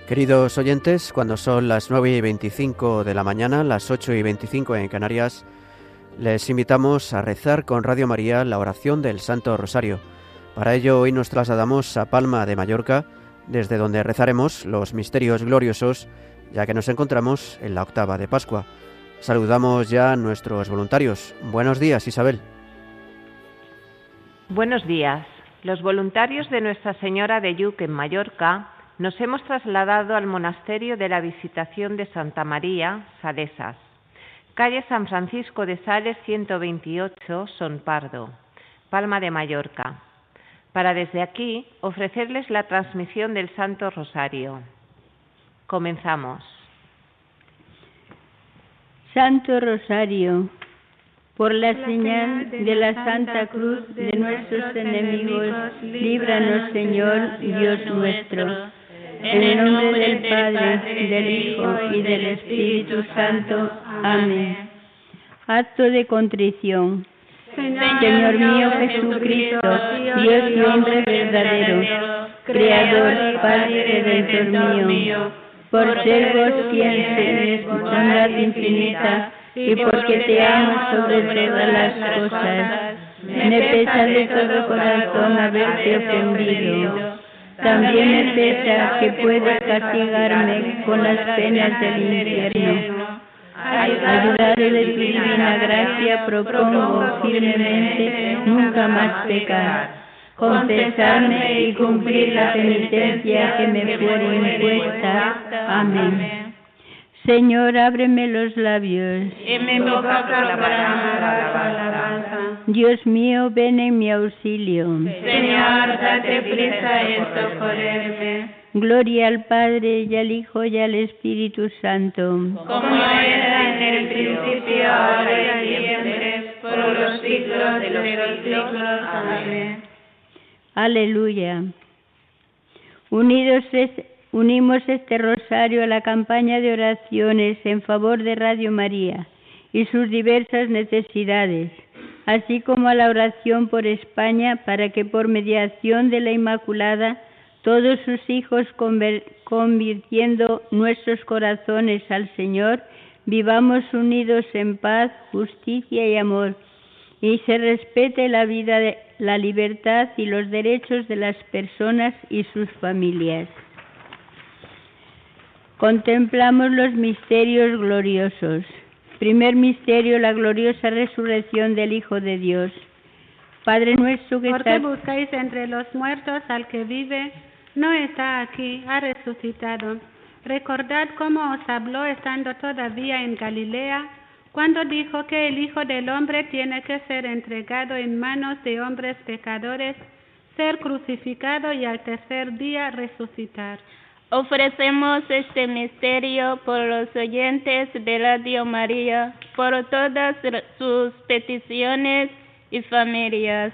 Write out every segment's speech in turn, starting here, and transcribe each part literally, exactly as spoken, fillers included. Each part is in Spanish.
Queridos oyentes, cuando son las nueve y veinticinco de la mañana, las ocho y veinticinco en Canarias, les invitamos a rezar con Radio María la oración del Santo Rosario. Para ello, hoy nos trasladamos a Palma de Mallorca, desde donde rezaremos los misterios gloriosos, ya que nos encontramos en la octava de Pascua. Saludamos ya a nuestros voluntarios. Buenos días, Isabel. Buenos días. Los voluntarios de Nuestra Señora de Lluc en Mallorca nos hemos trasladado al monasterio de la Visitación de Santa María, Salesas, calle San Francisco de Sales ciento veintiocho, Son Pardo, Palma de Mallorca, para desde aquí ofrecerles la transmisión del Santo Rosario. Comenzamos. Santo Rosario, por la señal de la Santa Cruz de nuestros enemigos, líbranos, Señor, Dios nuestro. En el nombre del Padre, del Hijo y del Espíritu Santo. Amén. Acto de contrición. Señor mío Jesucristo, Dios y hombre verdadero, Creador, Padre Redentor mío, por ser vos quien eres bondad infinita, y porque te amo sobre todas las cosas, me pesa de todo corazón haberte ofendido. También me pesa que puedas castigarme con las penas del infierno. Ayudado de tu divina gracia, propongo firmemente nunca más pecar, confesarme y cumplir la penitencia que me fuere impuesta. Amén. Señor, ábreme los labios, y mi boca proclamará tu alabanza. Dios mío, ven en mi auxilio. Señor, date prisa en socorrerme. Gloria al Padre, y al Hijo, y al Espíritu Santo. Como era en el principio, ahora y siempre, por los siglos de los siglos. Amén. Aleluya. Unidos es... Unimos este rosario a la campaña de oraciones en favor de Radio María y sus diversas necesidades, así como a la oración por España para que por mediación de la Inmaculada todos sus hijos convirtiendo nuestros corazones al Señor, vivamos unidos en paz, justicia y amor, y se respete la vida, de, la libertad y los derechos de las personas y sus familias. Contemplamos los misterios gloriosos. Primer misterio, la gloriosa resurrección del Hijo de Dios. Padre nuestro que ¿Por qué estás... buscáis entre los muertos al que vive? No está aquí, ha resucitado. Recordad cómo os habló estando todavía en Galilea, cuando dijo que el Hijo del Hombre tiene que ser entregado en manos de hombres pecadores, ser crucificado y al tercer día resucitar. Ofrecemos este misterio por los oyentes de Radio María, por todas sus peticiones y familias.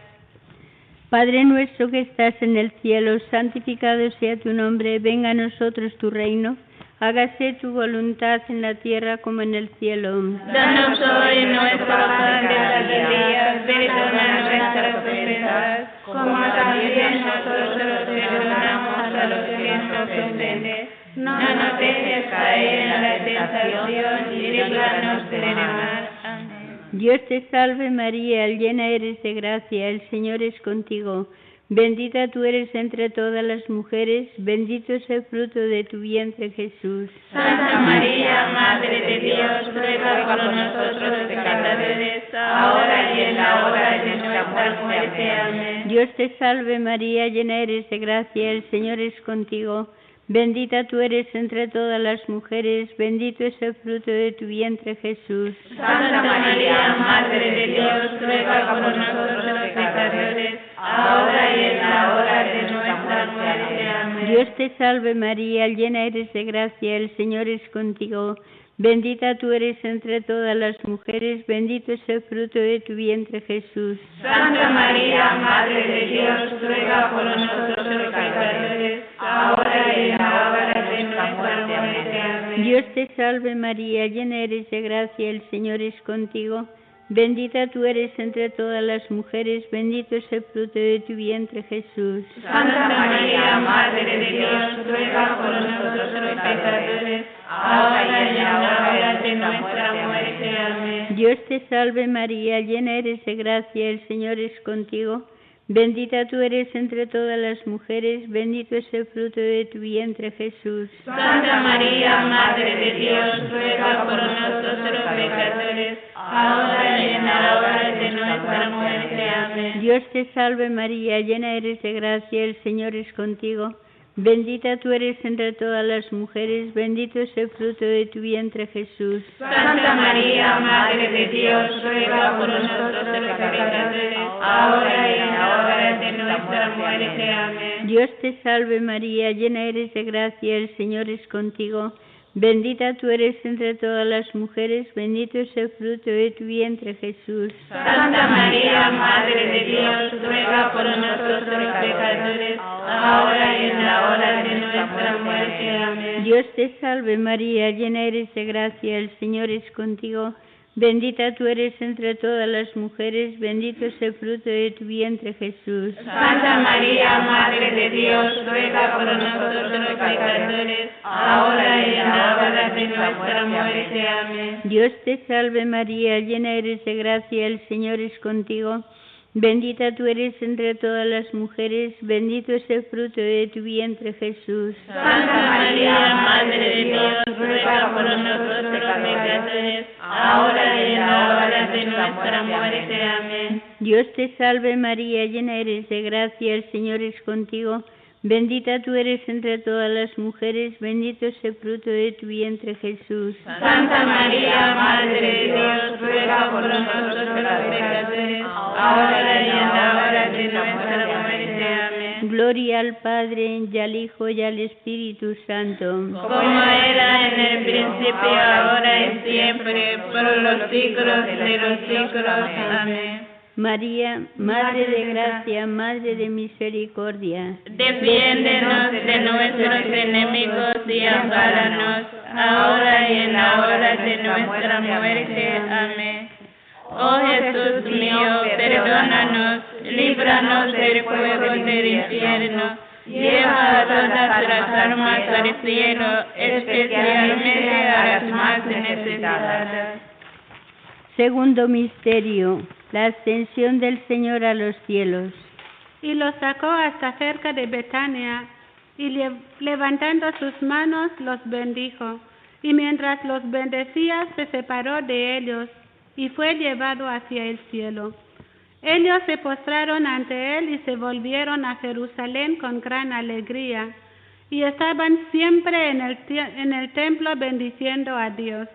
Padre nuestro que estás en el cielo, santificado sea tu nombre, venga a nosotros tu reino, hágase tu voluntad en la tierra como en el cielo. Danos hoy nuestro pan de cada día, perdona nuestras ofensas, como también nosotros perdonamos a los que nos ofenden. No nos dejes caer en la tentación y líbranos del mal. Amén. Dios te salve María, llena eres de gracia, el Señor es contigo. Bendita tú eres entre todas las mujeres, bendito es el fruto de tu vientre Jesús. Santa María, Madre de Dios, ruega por nosotros pecadores, ahora y en la hora de nuestra muerte. Amén. Dios te salve María, llena eres de gracia, el Señor es contigo. Bendita tú eres entre todas las mujeres, bendito es el fruto de tu vientre Jesús. Santa María, Madre de Dios, ruega por nosotros pecadores, ahora y en la hora de nuestra muerte. Amén. Dios te salve María, llena eres de gracia, el Señor es contigo. Bendita tú eres entre todas las mujeres, bendito es el fruto de tu vientre Jesús. Santa María, Madre de Dios, ruega por nosotros pecadores, ahora y en la hora de nuestra muerte. Amén. Dios te salve María, llena eres de gracia, el Señor es contigo. Bendita tú eres entre todas las mujeres, bendito es el fruto de tu vientre, Jesús. Santa María, Madre de Dios, ruega por nosotros pecadores, ahora y en la hora de nuestra muerte. Amén. Dios te salve María, llena eres de gracia, el Señor es contigo. Bendita tú eres entre todas las mujeres, bendito es el fruto de tu vientre, Jesús. Santa María, Madre de Dios, ruega por nosotros pecadores, ahora y en la hora de nuestra muerte. Amén. Dios te salve María, llena eres de gracia, el Señor es contigo. Bendita tú eres entre todas las mujeres, bendito es el fruto de tu vientre, Jesús. Santa María, Madre de Dios, ruega por nosotros pecadores, ahora y en la hora de nuestra muerte. Amén. Dios te salve María, llena eres de gracia, el Señor es contigo. Bendita tú eres entre todas las mujeres, bendito es el fruto de tu vientre, Jesús. Santa María, Madre de Dios, ruega por nosotros pecadores, ahora y en la hora de nuestra muerte. Amén. Dios te salve María, llena eres de gracia, el Señor es contigo. Bendita tú eres entre todas las mujeres, bendito es el fruto de tu vientre, Jesús. Santa María, Madre de Dios, ruega por nosotros pecadores, ahora y en la hora de nuestra muerte. Amén. Dios te salve María, llena eres de gracia, el Señor es contigo. Bendita tú eres entre todas las mujeres, bendito es el fruto de tu vientre, Jesús. Santa María, Madre de Dios, ruega por nosotros pecadores, ahora y en la hora de nuestra muerte. Amén. Dios te salve María, llena eres de gracia, el Señor es contigo. Bendita tú eres entre todas las mujeres, bendito es el fruto de tu vientre, Jesús. Santa María, Madre de Dios, ruega por nosotros pecadores, ahora y en la hora de nuestra muerte. Amén. Gloria al Padre, y al Hijo, y al Espíritu Santo. Como era en el principio, ahora y siempre, por los siglos de los siglos. Amén. María, Madre de gracia, Madre de misericordia, defiéndenos de nuestros enemigos y ampáranos, ahora y en la hora de nuestra muerte. Amén. Oh Jesús mío, perdónanos, líbranos del fuego del infierno, lleva a todas las almas al cielo, especialmente a las más necesitadas. Segundo misterio, la ascensión del Señor a los cielos. Y los sacó hasta cerca de Betania, y le- levantando sus manos los bendijo. Y mientras los bendecía, se separó de ellos, y fue llevado hacia el cielo. Ellos se postraron ante él y se volvieron a Jerusalén con gran alegría, y estaban siempre en el, tie- en el templo bendiciendo a Dios.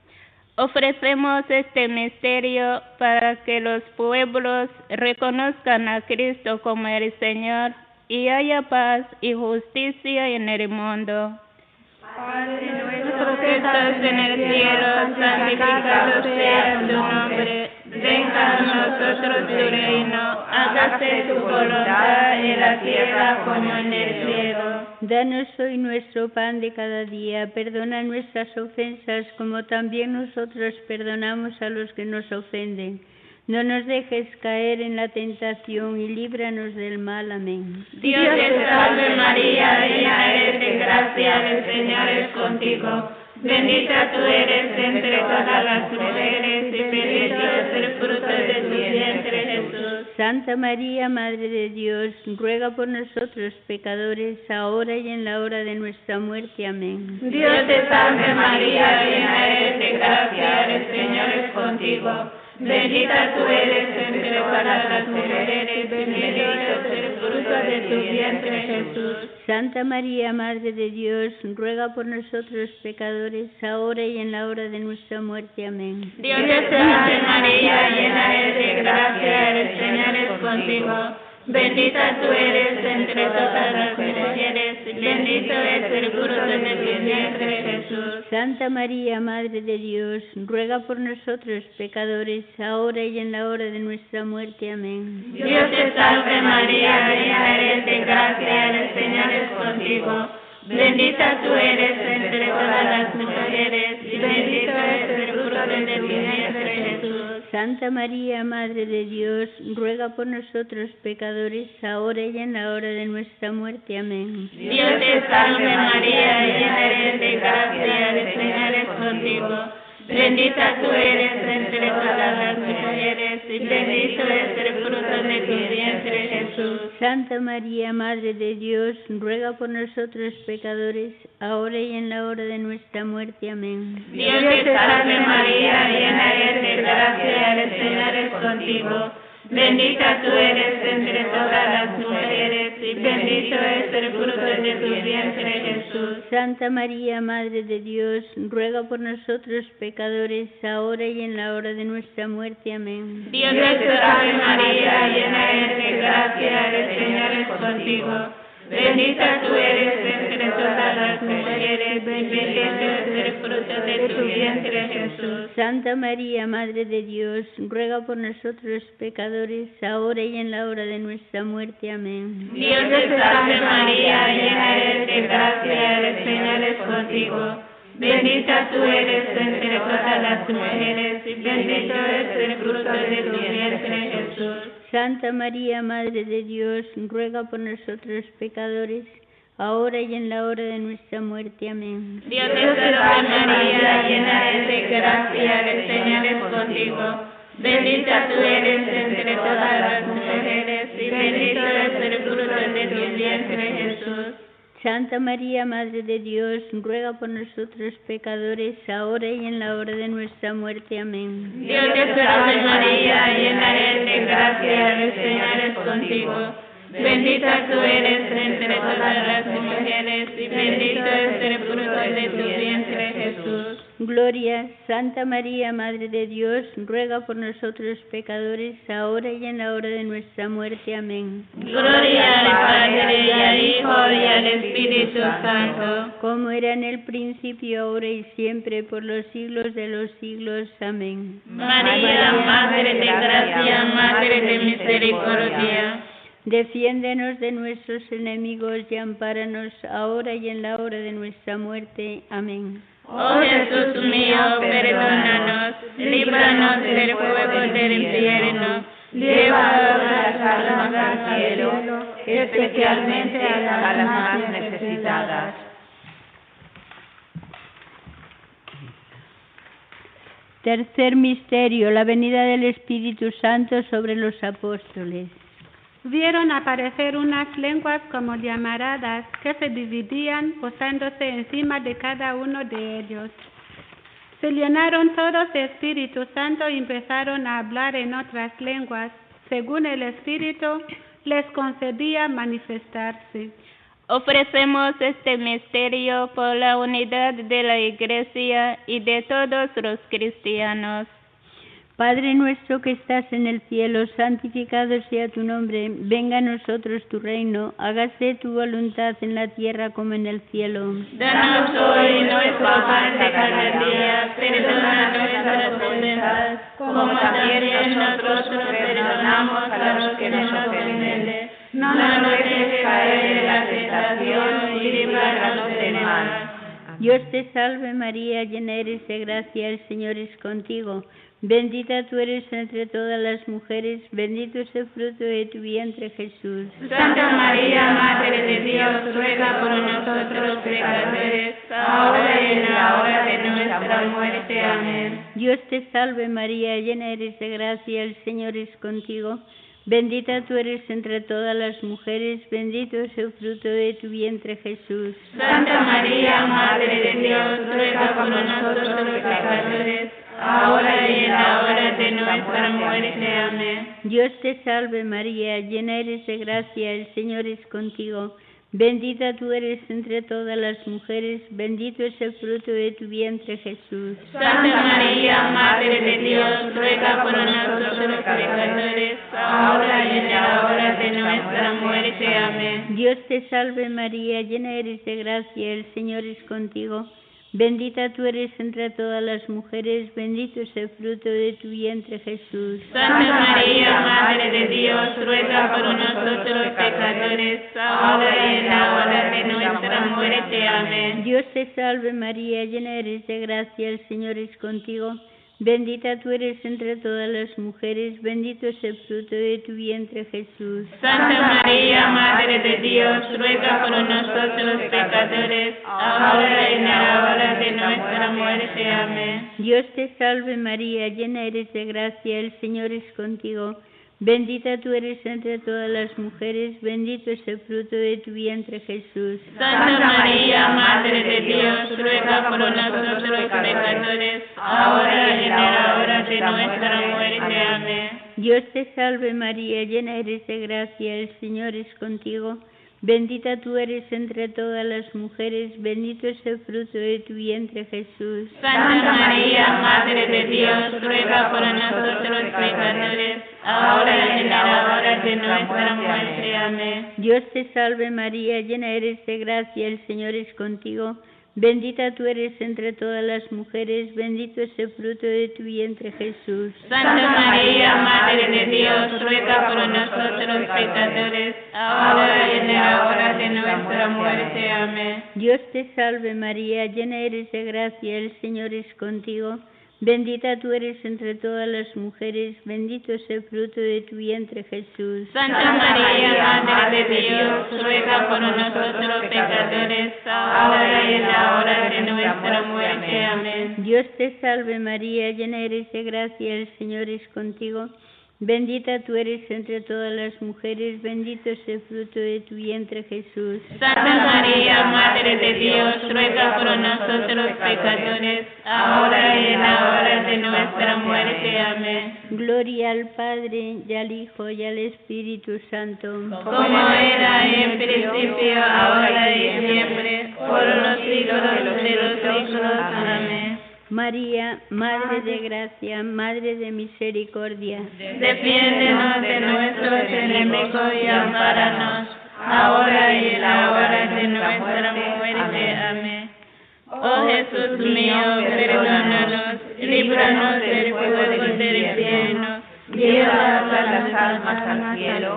Ofrecemos este misterio para que los pueblos reconozcan a Cristo como el Señor y haya paz y justicia en el mundo. Padre nuestro que estás en el cielo, santificado sea tu nombre. Venga a nosotros tu reino, hágase tu voluntad en la tierra como en el cielo. Danos hoy nuestro pan de cada día, perdona nuestras ofensas como también nosotros perdonamos a los que nos ofenden. No nos dejes caer en la tentación y líbranos del mal. Amén. Dios te salve María, llena eres de gracia, el Señor es contigo. Bendita tú eres entre todas las mujeres y bendito es el fruto de tu vientre, Jesús. Santa María, Madre de Dios, ruega por nosotros pecadores, ahora y en la hora de nuestra muerte. Amén. Dios te salve María, llena eres de gracia, el Señor es contigo. Bendita tú eres entre todas las mujeres y bendito es el fruto de tu vientre, Jesús. Santa María, Madre de Dios, ruega por nosotros pecadores, ahora y en la hora de nuestra muerte. Amén. Dios te salve María, llena eres de gracia, el Señor es contigo. Bendita tú eres entre todas las mujeres, y bendito es el fruto de tu vientre, Jesús. Santa María, Madre de Dios, ruega por nosotros pecadores, ahora y en la hora de nuestra muerte. Amén. Dios te salve María, llena eres de gracia, el Señor es contigo. Bendita tú eres entre todas las mujeres, y bendito es el fruto de tu vientre, Jesús. Santa María, Madre de Dios, ruega por nosotros pecadores, ahora y en la hora de nuestra muerte. Amén. Dios te salve María, llena eres de gracia, el Señor es contigo. Bendita tú eres entre todas las mujeres, y bendito es el fruto de tu vientre, Jesús. Santa María, Madre de Dios, ruega por nosotros pecadores, ahora y en la hora de nuestra muerte. Amén. Dios te salve María, llena eres de gracia, el Señor es contigo. Bendita tú eres entre todas las mujeres, y bendito es el fruto de tu vientre, Jesús. Santa María, Madre de Dios, ruega por nosotros pecadores, ahora y en la hora de nuestra muerte. Amén. Dios te salve María, llena eres de gracia, el Señor es contigo. Bendita tú eres entre todas las mujeres, bendito es el fruto de tu vientre, Jesús. Santa María, Madre de Dios, ruega por nosotros pecadores, ahora y en la hora de nuestra muerte. Amén. Dios te salve María, llena eres de gracia, el Señor es contigo. Bendita tú eres entre todas las mujeres, y bendito es el fruto de tu vientre, Jesús. Santa María, Madre de Dios, ruega por nosotros pecadores, ahora y en la hora de nuestra muerte. Amén. Dios te salve María, llena eres de gracia, el Señor es contigo. Bendita tú eres entre todas las mujeres, y bendito es el fruto de tu vientre, Jesús. Santa María, Madre de Dios, ruega por nosotros pecadores, ahora y en la hora de nuestra muerte. Amén. Dios te salve María, llena eres de gracia, el Señor es contigo. Bendita tú eres entre todas las mujeres, y bendito es el fruto de tu vientre, Jesús. Gloria, Santa María, Madre de Dios, ruega por nosotros pecadores, ahora y en la hora de nuestra muerte. Amén. Gloria al Padre, y al Hijo, y al Espíritu Santo. Como era en el principio, ahora y siempre, por los siglos de los siglos. Amén. María, Madre de gracia, Madre de misericordia. Defiéndenos de nuestros enemigos y ampáranos ahora y en la hora de nuestra muerte. Amén. Oh Jesús mío, perdónanos, líbranos del fuego del infierno, lleva las almas al cielo, especialmente a las más necesitadas. Tercer misterio, la venida del Espíritu Santo sobre los apóstoles. Vieron aparecer unas lenguas como llamaradas que se dividían posándose encima de cada uno de ellos. Se llenaron todos de Espíritu Santo y empezaron a hablar en otras lenguas, según el Espíritu les concedía manifestarse. Ofrecemos este misterio por la unidad de la Iglesia y de todos los cristianos. Padre nuestro que estás en el cielo, santificado sea tu nombre, venga a nosotros tu reino, hágase tu voluntad en la tierra como en el cielo. Danos hoy nuestro pan de cada día, perdona nuestras ofensas, como también nosotros perdonamos a los que nos ofenden. No nos dejes caer en la tentación y líbranos del mal. Dios te salve María, llena eres de gracia, el Señor es contigo. Bendita tú eres entre todas las mujeres, bendito es el fruto de tu vientre, Jesús. Santa María, Madre de Dios, ruega por nosotros pecadores, ahora y en la hora de nuestra muerte. Amén. Dios te salve María, llena eres de gracia, el Señor es contigo. Bendita tú eres entre todas las mujeres, bendito es el fruto de tu vientre, Jesús. Santa María, Madre de Dios, ruega por nosotros pecadores, ahora y en la hora de nuestra muerte. Amén. Dios te salve María, llena eres de gracia, el Señor es contigo. Bendita tú eres entre todas las mujeres, bendito es el fruto de tu vientre, Jesús. Santa María, Madre de Dios, ruega por nosotros pecadores, ahora y en la hora de nuestra muerte. Amén. Dios te salve María, llena eres de gracia, el Señor es contigo. Bendita tú eres entre todas las mujeres, bendito es el fruto de tu vientre, Jesús. Santa María, Madre de Dios, ruega por nosotros pecadores, ahora y en la hora de nuestra muerte. Amén. Dios te salve María, llena eres de gracia, el Señor es contigo. Bendita tú eres entre todas las mujeres, bendito es el fruto de tu vientre, Jesús. Santa María, Madre de Dios, ruega por nosotros pecadores, ahora y en la hora de nuestra muerte. Amén. Dios te salve María, llena eres de gracia, el Señor es contigo. Bendita tú eres entre todas las mujeres, bendito es el fruto de tu vientre, Jesús. Santa María, Madre de Dios, ruega por nosotros pecadores, ahora y en la hora de nuestra muerte. Amén. Dios te salve María, llena eres de gracia, el Señor es contigo. Bendita tú eres entre todas las mujeres, bendito es el fruto de tu vientre, Jesús. Santa María, Madre de Dios, ruega por nosotros pecadores, ahora y en la hora de nuestra muerte. Amén. Dios te salve María, llena eres de gracia, el Señor es contigo. Bendita tú eres entre todas las mujeres, bendito es el fruto de tu vientre, Jesús. Santa María, Madre de Dios, ruega por nosotros pecadores, ahora y en la hora de nuestra muerte. Amén. Dios te salve María, llena eres de gracia, el Señor es contigo. Bendita tú eres entre todas las mujeres, bendito es el fruto de tu vientre, Jesús. Santa María, Madre de Dios, ruega por nosotros pecadores, ahora y en la hora de nuestra muerte. Amén. Dios te salve María, llena eres de gracia, el Señor es contigo. Bendita tú eres entre todas las mujeres, bendito es el fruto de tu vientre, Jesús. Santa María, Madre de Dios, ruega por nosotros pecadores, ahora y en la hora de nuestra muerte. Amén. Gloria al Padre, y al Hijo, y al Espíritu Santo. Como era en principio, ahora y siempre, por los siglos de los siglos. Amén. María, Madre de Gracia, Madre de Misericordia, defiéndenos de nuestros enemigos y ampáranos, ahora y en la hora de nuestra muerte. Amén. Oh Jesús mío, perdónanos, líbranos del fuego del infierno, lleva a las almas al cielo,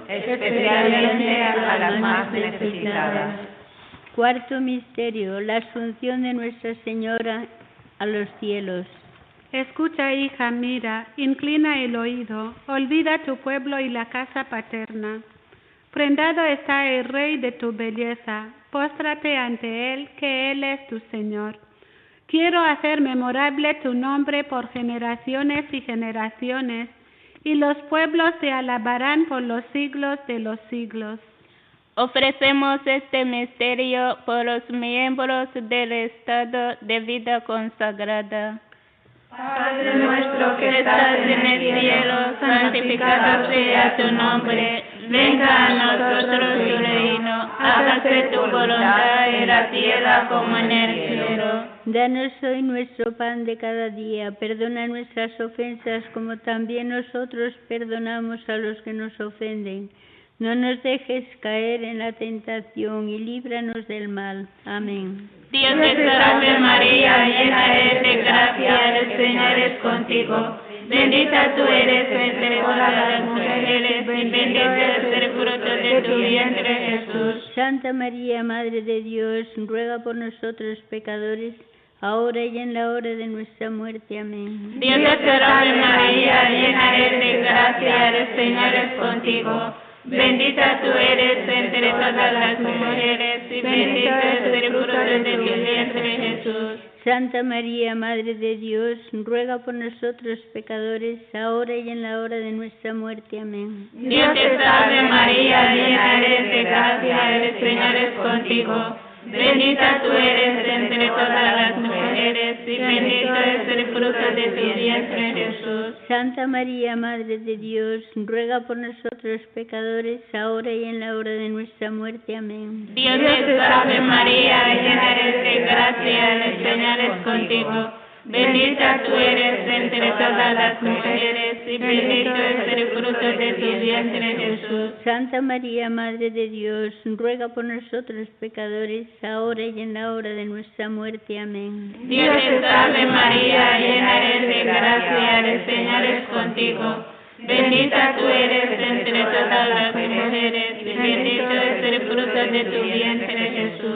especialmente a las más necesitadas. Cuarto misterio, la Asunción de Nuestra Señora a los cielos. Escucha, hija, mira, inclina el oído, olvida tu pueblo y la casa paterna. Prendado está el Rey de tu belleza, póstrate ante Él, que Él es tu Señor. Quiero hacer memorable tu nombre por generaciones y generaciones, y los pueblos te alabarán por los siglos de los siglos. Ofrecemos este misterio por los miembros del estado de vida consagrada. Padre nuestro que estás en el cielo, santificado sea tu nombre. Venga a nosotros tu reino, hágase tu voluntad en la tierra como en el cielo. Danos hoy nuestro pan de cada día, perdona nuestras ofensas como también nosotros perdonamos a los que nos ofenden. No nos dejes caer en la tentación y líbranos del mal. Amén. Dios te salve María, llena eres de gracia, el Señor es contigo. Bendita tú eres entre todas las mujeres, y bendito es el fruto de tu vientre, Jesús. Santa María, Madre de Dios, ruega por nosotros pecadores, ahora y en la hora de nuestra muerte. Amén. Dios te salve María, llena eres de gracia, el Señor es contigo. Bendita tú eres entre todas las mujeres, y bendito es el fruto de tu vientre, Jesús. Santa María, Madre de Dios, ruega por nosotros pecadores, ahora y en la hora de nuestra muerte. Amén. Dios te salve María, llena eres de gracia, el Señor es contigo. Bendita tú eres entre todas las mujeres, y bendito es el fruto de tu vientre, Jesús. Santa María, Madre de Dios, ruega por nosotros pecadores, ahora y en la hora de nuestra muerte. Amén. Dios te salve María, llena eres de gracia, el Señor es contigo. Bendita tú eres entre todas las mujeres, y bendito es el fruto de tu vientre, Jesús. Santa María, Madre de Dios, ruega por nosotros pecadores, ahora y en la hora de nuestra muerte. Amén. Dios te salve María, llena eres de gracia, el Señor es contigo. Bendita tú eres entre todas las mujeres, y bendito es el fruto de tu vientre, Jesús.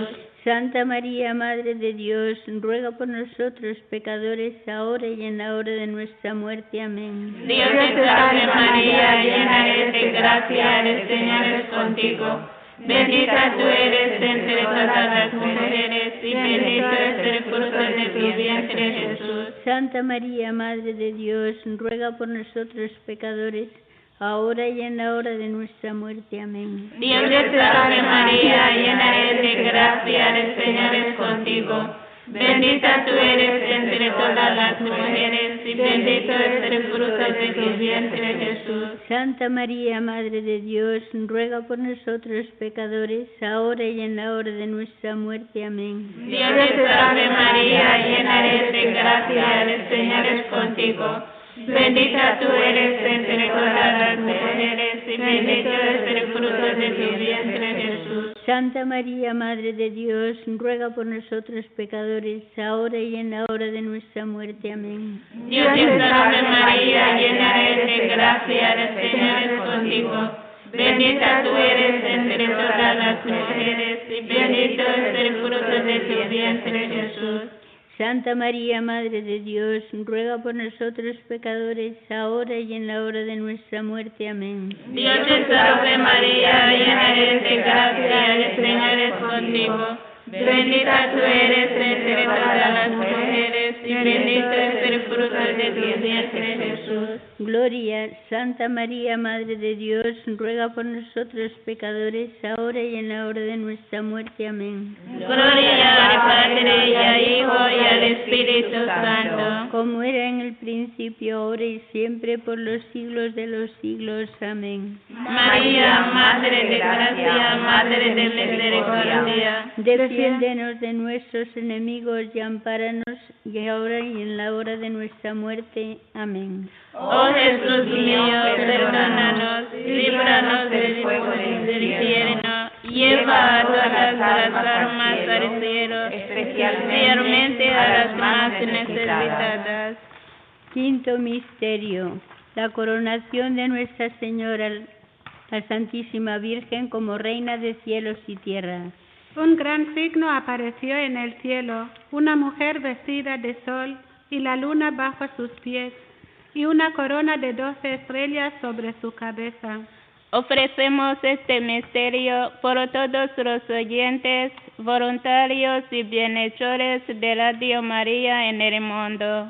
Santa María, Madre de Dios, ruega por nosotros pecadores, ahora y en la hora de nuestra muerte. Amén. Dios te salve María, llena eres de gracia, el Señor es contigo. Bendita tú eres entre todas las mujeres, y bendito es el fruto de tu vientre, Jesús. Santa María, Madre de Dios, ruega por nosotros pecadores, ahora y en la hora de nuestra muerte. Amén. Dios te salve María, llena eres de gracia, el Señor es contigo. Bendita tú eres entre todas las mujeres, y bendito es el fruto de tu vientre, Jesús. Santa María, Madre de Dios, ruega por nosotros pecadores, ahora y en la hora de nuestra muerte. Amén. Dios te salve María, llena eres de gracia, el Señor es contigo. Bendita tú eres entre todas las mujeres, y bendito es el fruto de tu vientre, Jesús. Santa María, Madre de Dios, ruega por nosotros pecadores, ahora y en la hora de nuestra muerte. Amén. Dios te salve María, llena eres de gracia, el Señor es contigo. Bendita tú eres entre todas las mujeres, y bendito es el fruto de tu vientre, Jesús. Santa María, Madre de Dios, ruega por nosotros pecadores, ahora y en la hora de nuestra muerte. Amén. Dios te salve María, llena eres de gracia, el Señor es contigo. Bendita tú eres entre todas las mujeres, y bendito es el fruto de tu vientre, Jesús. Gloria, Santa María, Madre de Dios, ruega por nosotros pecadores, ahora y en la hora de nuestra muerte. Amén. Gloria al Padre, y al Hijo, y al Espíritu Santo. Como era en el principio, ahora y siempre, por los siglos de los siglos. Amén. María, Madre de gracia, Madre de misericordia, defiéndenos de nuestros enemigos y ampáranos, y ahora y en la hora de nuestra muerte. Amén. Oh Jesús mío, perdónanos, líbranos del fuego del infierno, lleva a todas las almas al cielo, especialmente a las más necesitadas. Quinto misterio: la coronación de Nuestra Señora, la Santísima Virgen, como Reina de cielos y tierra. Un gran signo apareció en el cielo, una mujer vestida de sol y la luna bajo sus pies, y una corona de doce estrellas sobre su cabeza. Ofrecemos este misterio por todos los oyentes, voluntarios y bienhechores de Radio María en el mundo.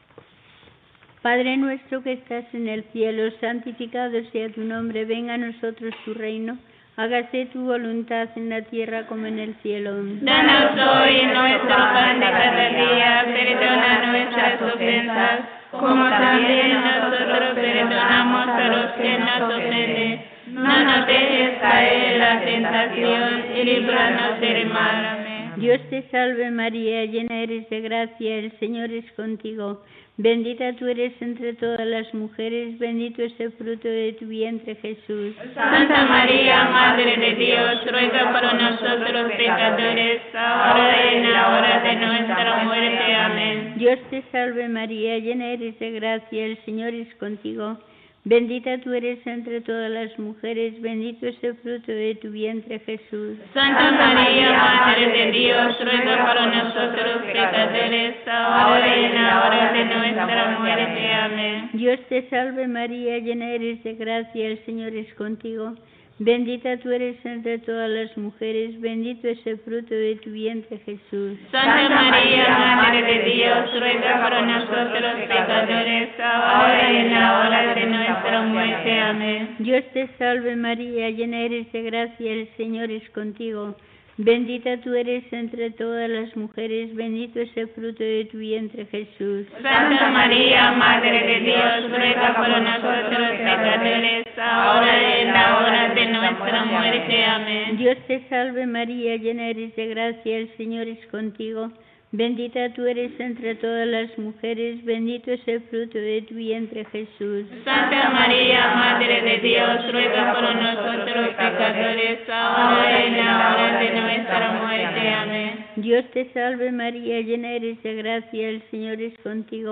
Padre nuestro que estás en el cielo, santificado sea tu nombre, venga a nosotros tu reino. Hágase tu voluntad en la tierra como en el cielo. Danos hoy nuestro pan de cada día, perdona nuestras ofensas, como también nosotros perdonamos a los que nos ofenden. No nos dejes caer en la tentación, y líbranos del mal. Amén. Dios te salve María, llena eres de gracia, el Señor es contigo. Bendita tú eres entre todas las mujeres, bendito es el fruto de tu vientre, Jesús. Santa María, Madre de Dios, ruega por nosotros pecadores, ahora y en la hora de nuestra muerte. Amén. Dios te salve María, llena eres de gracia, el Señor es contigo. Bendita tú eres entre todas las mujeres, bendito es el fruto de tu vientre, Jesús. Santa María, Madre de Dios, ruega por nosotros pecadores, ahora y en la hora de nuestra muerte. Amén. Dios te salve María, llena eres de gracia, el Señor es contigo. Bendita tú eres entre todas las mujeres, bendito es el fruto de tu vientre, Jesús. Santa María, Madre de Dios, ruega por nosotros pecadores, ahora y en la hora de nuestra muerte. Amén. Dios te salve María, llena eres de gracia, el Señor es contigo. Bendita tú eres entre todas las mujeres, bendito es el fruto de tu vientre, Jesús. Santa María, Madre de Dios, ruega por nosotros pecadores, ahora y en la hora de nuestra muerte. Amén. Dios te salve María, llena eres de gracia, el Señor es contigo. Bendita tú eres entre todas las mujeres, bendito es el fruto de tu vientre, Jesús. Santa María, Madre de Dios, ruega por nosotros pecadores, ahora y en la hora de nuestra muerte. Amén. Dios te salve María, llena eres de gracia, el Señor es contigo.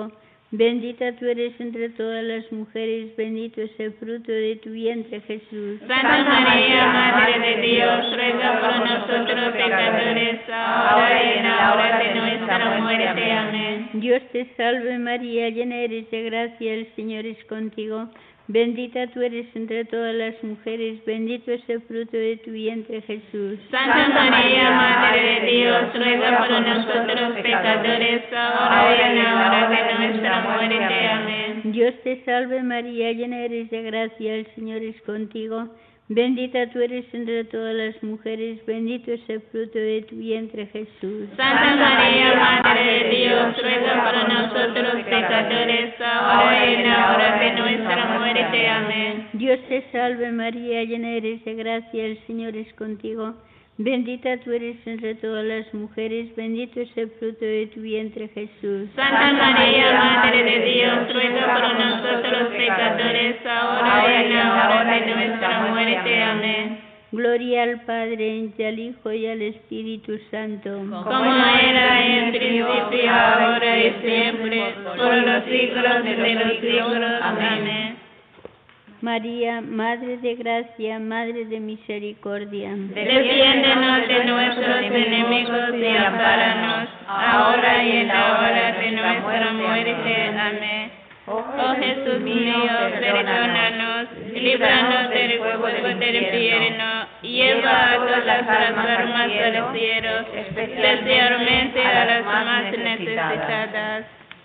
Bendita tú eres entre todas las mujeres, bendito es el fruto de tu vientre, Jesús. Santa María, Madre de Dios, ruega por nosotros pecadores, ahora y en la hora de nuestra muerte. Amén. Dios te salve María, llena eres de gracia, el Señor es contigo. Bendita tú eres entre todas las mujeres, bendito es el fruto de tu vientre, Jesús. Santa María, Madre de Dios, ruega por nosotros pecadores, ahora y en la hora de nuestra muerte. Amén. Dios te salve María, llena eres de gracia, el Señor es contigo. Bendita tú eres entre todas las mujeres, bendito es el fruto de tu vientre, Jesús. Santa María, Madre de Dios, ruega por nosotros pecadores, ahora y en la hora de nuestra muerte. Amén. Dios te salve María, llena eres de gracia, el Señor es contigo. Bendita tú eres entre todas las mujeres, bendito es el fruto de tu vientre, Jesús. Santa María, Madre de Dios, ruega por nosotros pecadores, ahora y en la hora de nuestra muerte. Amén. Gloria al Padre, y al Hijo, y al Espíritu Santo. Como era en principio, ahora y siempre, por los siglos de los siglos. Amén. María, Madre de gracia, Madre de misericordia, defiéndenos de nuestros enemigos y ampáranos, ahora y en la hora de nuestra muerte. Amén. Oh Jesús mío, perdónanos, líbranos del fuego del infierno, lleva a todas las almas al cielo, especialmente a las más necesitadas.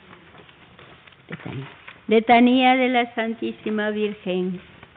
Letanía de la Santísima Virgen.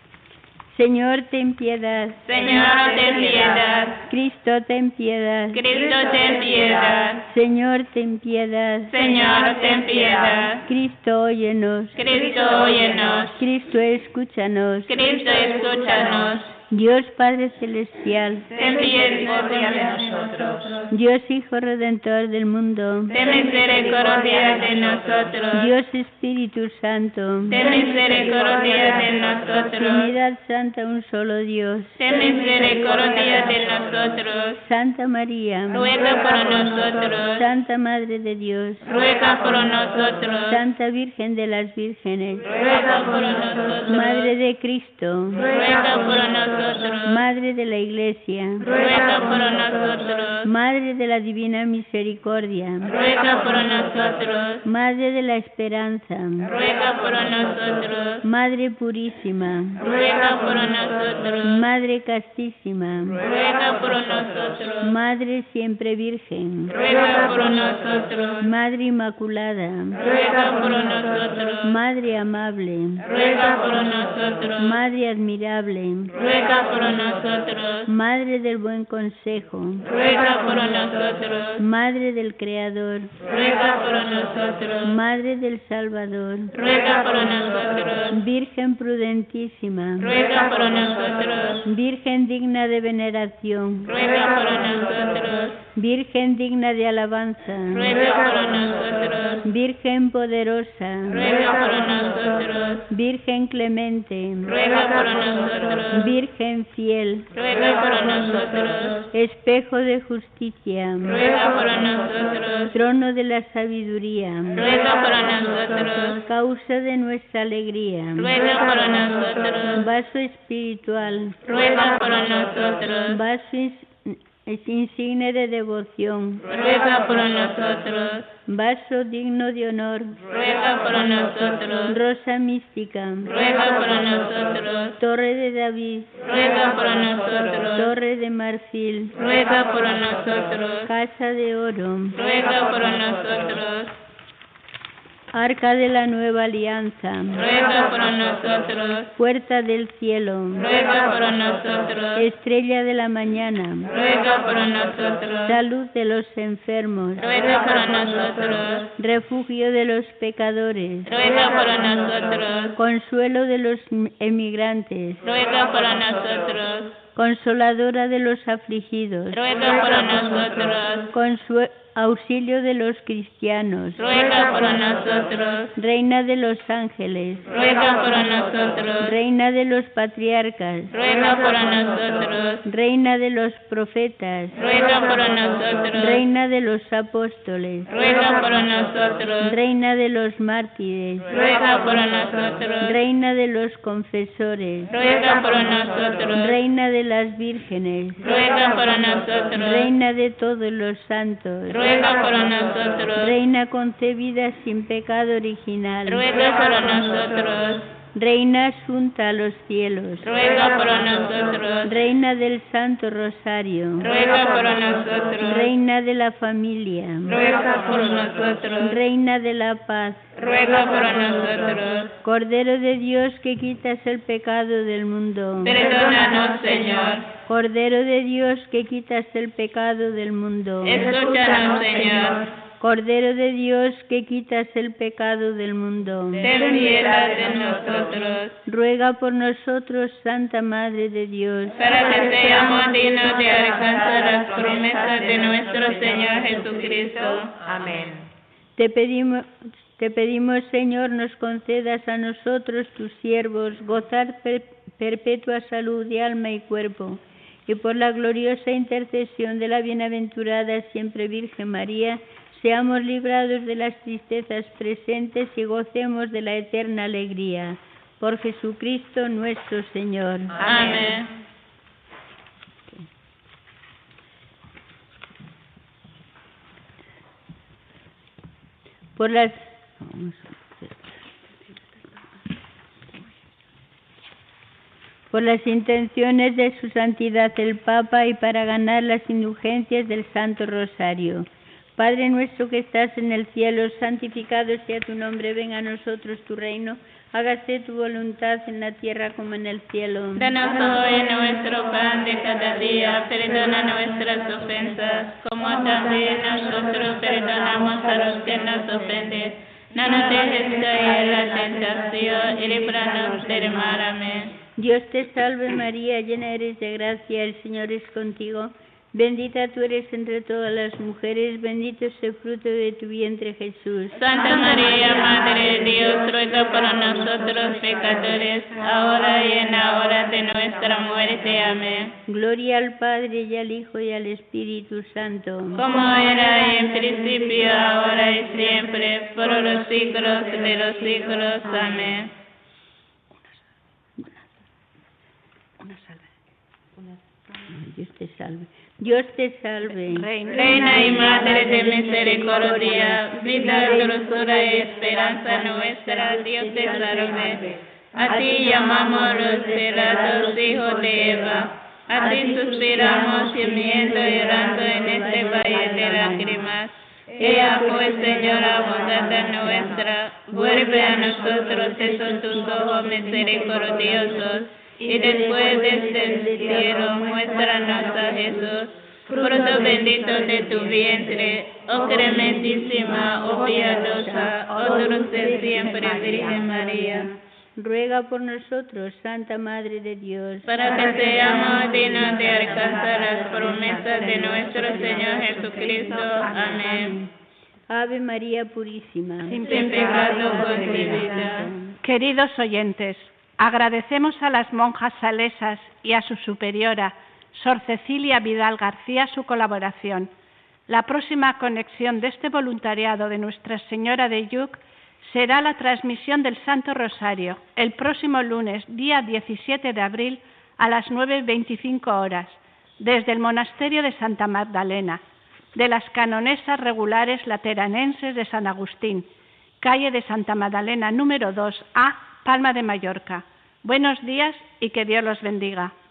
Señor, ten piedad. Señor, ten piedad. Cristo, ten piedad. Cristo, ten piedad. Señor, ten piedad. Señor, ten piedad. Cristo, óyenos. Cristo, óyenos. Cristo, escúchanos. Cristo, escúchanos. Dios Padre Celestial, ten misericordia de nosotros. Dios Hijo Redentor del mundo, ten misericordia de nosotros. Dios Espíritu Santo, ten misericordia de nosotros. Trinidad Santa, un solo Dios, ten misericordia de nosotros. Santa María, ruega por nosotros. Santa Madre de Dios, ruega por nosotros. Santa Virgen de las Vírgenes, ruega por nosotros. Madre de Cristo, ruega por nosotros. Madre de la Iglesia, ruega por nosotros. Madre de la Divina Misericordia, ruega por nosotros. Madre de la Esperanza, ruega por nosotros. Madre Purísima, ruega por nosotros. Madre Castísima, ruega por nosotros. Madre Siempre Virgen, ruega por nosotros. Madre Inmaculada, ruega por nosotros. Madre Amable, ruega por nosotros. Madre Admirable, ruega por nosotros. Madre del Buen Consejo, ruega por nosotros. Madre del Creador, ruega por nosotros. Madre del Salvador, ruega por nosotros. Virgen prudentísima, ruega por nosotros. Virgen digna de veneración, ruega por nosotros. Virgen digna de alabanza, ruega por nosotros. Virgen poderosa, ruega por nosotros. Virgen clemente, ruega por nosotros. Virgen fiel, ruega por nosotros. Espejo de justicia, ruega por nosotros. Trono de la sabiduría, ruega por nosotros. Causa de nuestra alegría, ruega por nosotros. Vaso espiritual, ruega por nosotros. Vaso ins- es insigne de devoción, ruega por nosotros. Vaso digno de honor, ruega por nosotros. Rosa mística, ruega por nosotros. Torre de David, ruega por nosotros. Torre de marfil, ruega por nosotros. Casa de oro, ruega por nosotros. Arca de la Nueva Alianza, ruega por nosotros. Puerta del cielo, ruega por nosotros. Estrella de la mañana, ruega por nosotros. Salud de los enfermos, ruega por nosotros. Refugio de los pecadores, ruega por nosotros. Consuelo de los emigrantes, ruega por nosotros. Consoladora de los afligidos, ruega por nosotros. Consue- auxilio de los cristianos, Ruega por nosotros. Reina de los ángeles, Ruega por nosotros. Reina de los patriarcas, Ruega por nosotros. Reina de los profetas, Ruega por nosotros. Reina de los apóstoles, Ruega por nosotros. Reina de los mártires, Ruega por nosotros. Reina de los confesores, Ruega por nosotros. Reina de las vírgenes, Ruega por nosotros. Reina de todos los santos, Ruega por nosotros. Reina concebida sin pecado original, Ruega por nosotros. Reina asunta a los cielos, Ruega por nosotros. Reina del Santo Rosario, Ruega por nosotros. Reina de la familia, Ruega por nosotros. Reina de la paz, Ruega por nosotros. Cordero de Dios que quitas el pecado del mundo, Perdónanos, Señor. Cordero de Dios que quitas el pecado del mundo, Escúchanos, Señor. Cordero de Dios que quitas el pecado del mundo, Ten piedad de nosotros, ruega por nosotros, Santa Madre de Dios, para que seamos dignos de alcanzar las promesas de nuestro Señor Jesucristo. Amén. Te pedimos, te pedimos, Señor, nos concedas a nosotros, tus siervos, gozar per- perpetua salud de alma y cuerpo, y por la gloriosa intercesión de la bienaventurada siempre Virgen María, seamos librados de las tristezas presentes y gocemos de la eterna alegría. Por Jesucristo nuestro Señor. Amén. Por las por las intenciones de su santidad el Papa y para ganar las indulgencias del Santo Rosario. Padre nuestro que estás en el cielo, santificado sea tu nombre, venga a nosotros tu reino, hágase tu voluntad en la tierra como en el cielo. Danos hoy nuestro pan de cada día, perdona nuestras ofensas, como también nosotros perdonamos a los que nos ofenden. No nos dejes caer en la tentación y líbranos del mal. Amén. Dios te salve María, llena eres de gracia, el Señor es contigo. Bendita tú eres entre todas las mujeres, bendito es el fruto de tu vientre Jesús. Santa María, Madre de Dios, ruega por nosotros pecadores, ahora y en la hora de nuestra muerte. Amén. Gloria al Padre y al Hijo y al Espíritu Santo. Como era en principio, ahora y siempre, por los siglos de los siglos. Amén. Dios te salve. Dios te salve. Reina y Madre de misericordia, vida, dulzura y esperanza nuestra, Dios te salve. A ti llamamos los celados hijos de Eva, a ti suspiramos gimiendo y llorando en este valle de lágrimas. Ea pues, Señora, abogada nuestra, vuelve a nosotros esos tus ojos misericordiosos, y después de este cielo muéstranos a Jesús, fruto bendito de tu vientre, oh clementísima, oh piadosa, oh dulce siempre Virgen María. Ruega por nosotros, Santa Madre de Dios, para que seamos dignos de alcanzar las promesas de nuestro Señor Jesucristo. Amén. Ave María Purísima, Sin pecado concebida. Queridos oyentes, agradecemos a las monjas salesas y a su superiora, Sor Cecilia Vidal García, su colaboración. La próxima conexión de este voluntariado de Nuestra Señora de Lluc será la transmisión del Santo Rosario, el próximo lunes, día diecisiete de abril, a las nueve y veinticinco horas, desde el Monasterio de Santa Magdalena, de las Canonesas Regulares Lateranenses de San Agustín, calle de Santa Magdalena número dos A, Palma de Mallorca. Buenos días y que Dios los bendiga.